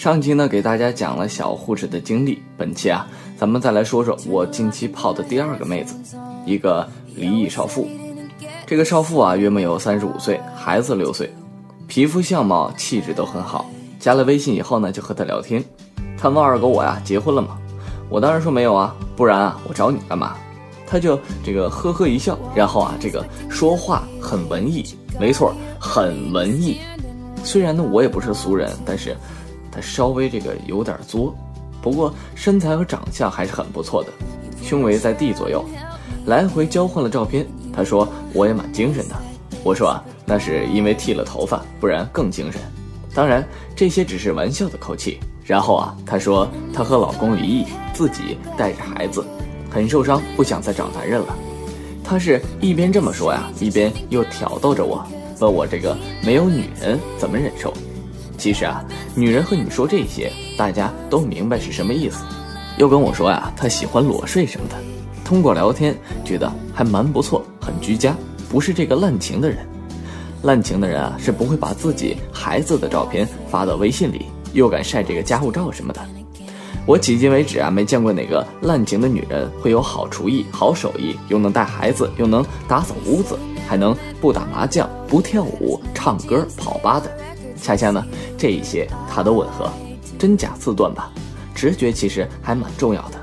上期呢给大家讲了小护士的经历，本期啊咱们再来说说我近期泡的第二个妹子，一个离异少妇。这个少妇啊约莫有35岁，孩子6岁，皮肤相貌气质都很好。加了微信以后呢就和她聊天，她问二狗我呀结婚了吗？我当然说没有啊，不然啊我找你干嘛？她就这个呵呵一笑，然后啊这个说话很文艺，没错，很文艺。虽然呢我也不是俗人，但是她稍微这个有点作，不过身材和长相还是很不错的，胸围在 D 左右。来回交换了照片，她说我也蛮精神的。我说啊那是因为剃了头发，不然更精神。当然这些只是玩笑的口气。然后啊她说她和老公离异，自己带着孩子，很受伤，不想再找男人了。她是一边这么说呀，一边又挑逗着我，问我这个没有女人怎么忍受。其实啊女人和你说这些大家都明白是什么意思。又跟我说呀她喜欢裸睡什么的，通过聊天觉得还蛮不错，很居家，不是这个滥情的人。滥情的人啊是不会把自己孩子的照片发到微信里，又敢晒这个家护照什么的。我迄今为止啊没见过哪个滥情的女人会有好厨艺好手艺，又能带孩子，又能打扫屋子，还能不打麻将不跳舞唱歌跑吧的。恰恰呢这一些她都吻合，真假自断吧，直觉其实还蛮重要的。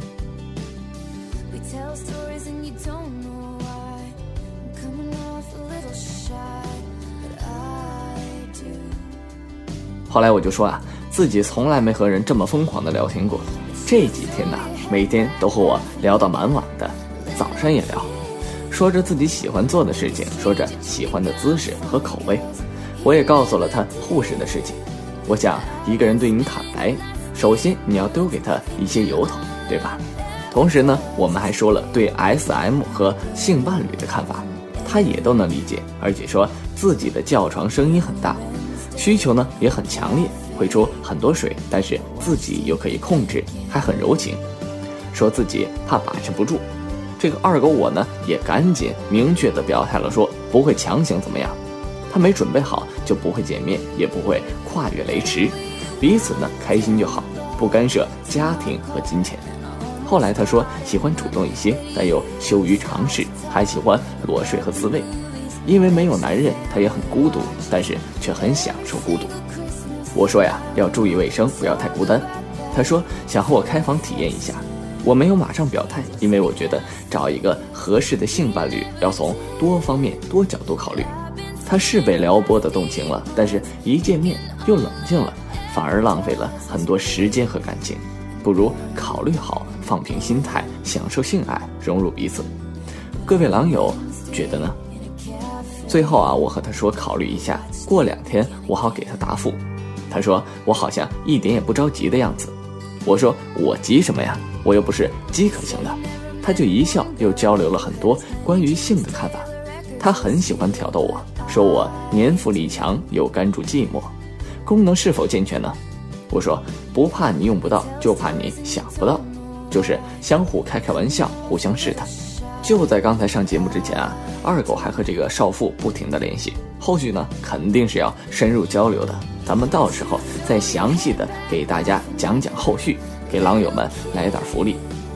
后来我就说啊自己从来没和人这么疯狂的聊天过。这几天呢每天都和我聊到蛮晚的，早上也聊，说着自己喜欢做的事情，说着喜欢的姿势和口味。我也告诉了他护士的事情。我想一个人对你坦白，首先你要丢给他一些由头，对吧？同时呢我们还说了对 SM 和性伴侣的看法，他也都能理解，而且说自己的叫床声音很大，需求呢也很强烈，会出很多水，但是自己又可以控制，还很柔情，说自己怕把持不住。这个二狗我呢也赶紧明确地表态了，说不会强行怎么样，他没准备好就不会见面，也不会跨越雷池，彼此呢开心就好，不干涉家庭和金钱。后来他说喜欢主动一些，但又羞于尝试，还喜欢裸睡和自慰，因为没有男人他也很孤独，但是却很享受孤独。我说呀要注意卫生，不要太孤单。他说想和我开房体验一下，我没有马上表态，因为我觉得找一个合适的性伴侣要从多方面多角度考虑。他是被撩拨的动情了，但是一见面又冷静了，反而浪费了很多时间和感情，不如考虑好，放平心态，享受性爱，融入彼此。各位狼友觉得呢？最后啊我和他说考虑一下，过2天我好给他答复。他说我好像一点也不着急的样子。我说我急什么呀，我又不是饥渴型的。他就一笑，又交流了很多关于性的看法。他很喜欢挑逗我，说我年富力强又甘住寂寞，功能是否健全呢？我说不怕你用不到，就怕你想不到，就是相互开玩笑，互相试探。就在刚才上节目之前啊，二狗还和这个少妇不停的联系，后续呢肯定是要深入交流的，咱们到时候再详细的给大家讲讲后续，给狼友们来点福利。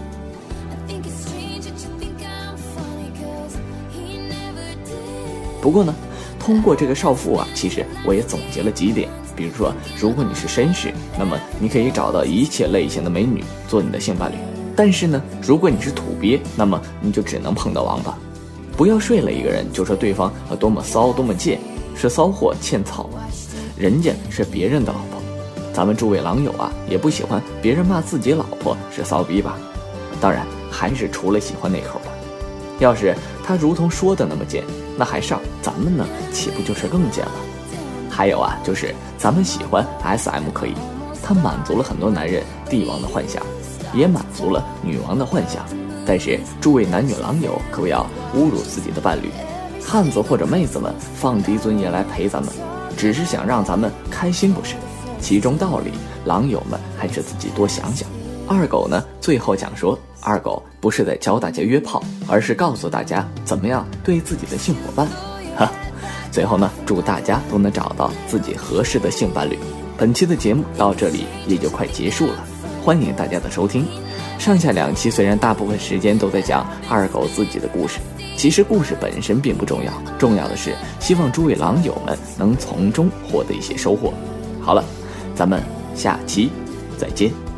不过呢通过这个少妇啊，其实我也总结了几点，比如说如果你是绅士，那么你可以找到一切类型的美女做你的性伴侣，但是呢如果你是土鳖，那么你就只能碰到王八。不要睡了一个人就说对方多么骚多么贱，是骚货欠操，人家是别人的老婆。咱们诸位狼友啊也不喜欢别人骂自己老婆是骚逼吧？当然还是除了喜欢那口的，要是他如同说的那么贱，那还上咱们呢岂不就是更贱了？还有啊就是咱们喜欢 SM 可以，它满足了很多男人帝王的幻想，也满足了女王的幻想，但是诸位男女狼友可不要侮辱自己的伴侣。汉子或者妹子们放低尊严来陪咱们，只是想让咱们开心不是？其中道理狼友们还是自己多想想。二狗呢最后讲说，二狗不是在教大家约炮，而是告诉大家怎么样对自己的性伙伴。最后呢祝大家都能找到自己合适的性伴侣。 本期的节目到这里也就快结束了，欢迎大家的收听。上下2期虽然大部分时间都在讲二狗自己的故事，其实故事本身并不重要，重要的是希望诸位狼友们能从中获得一些收获。好了，咱们下期再见。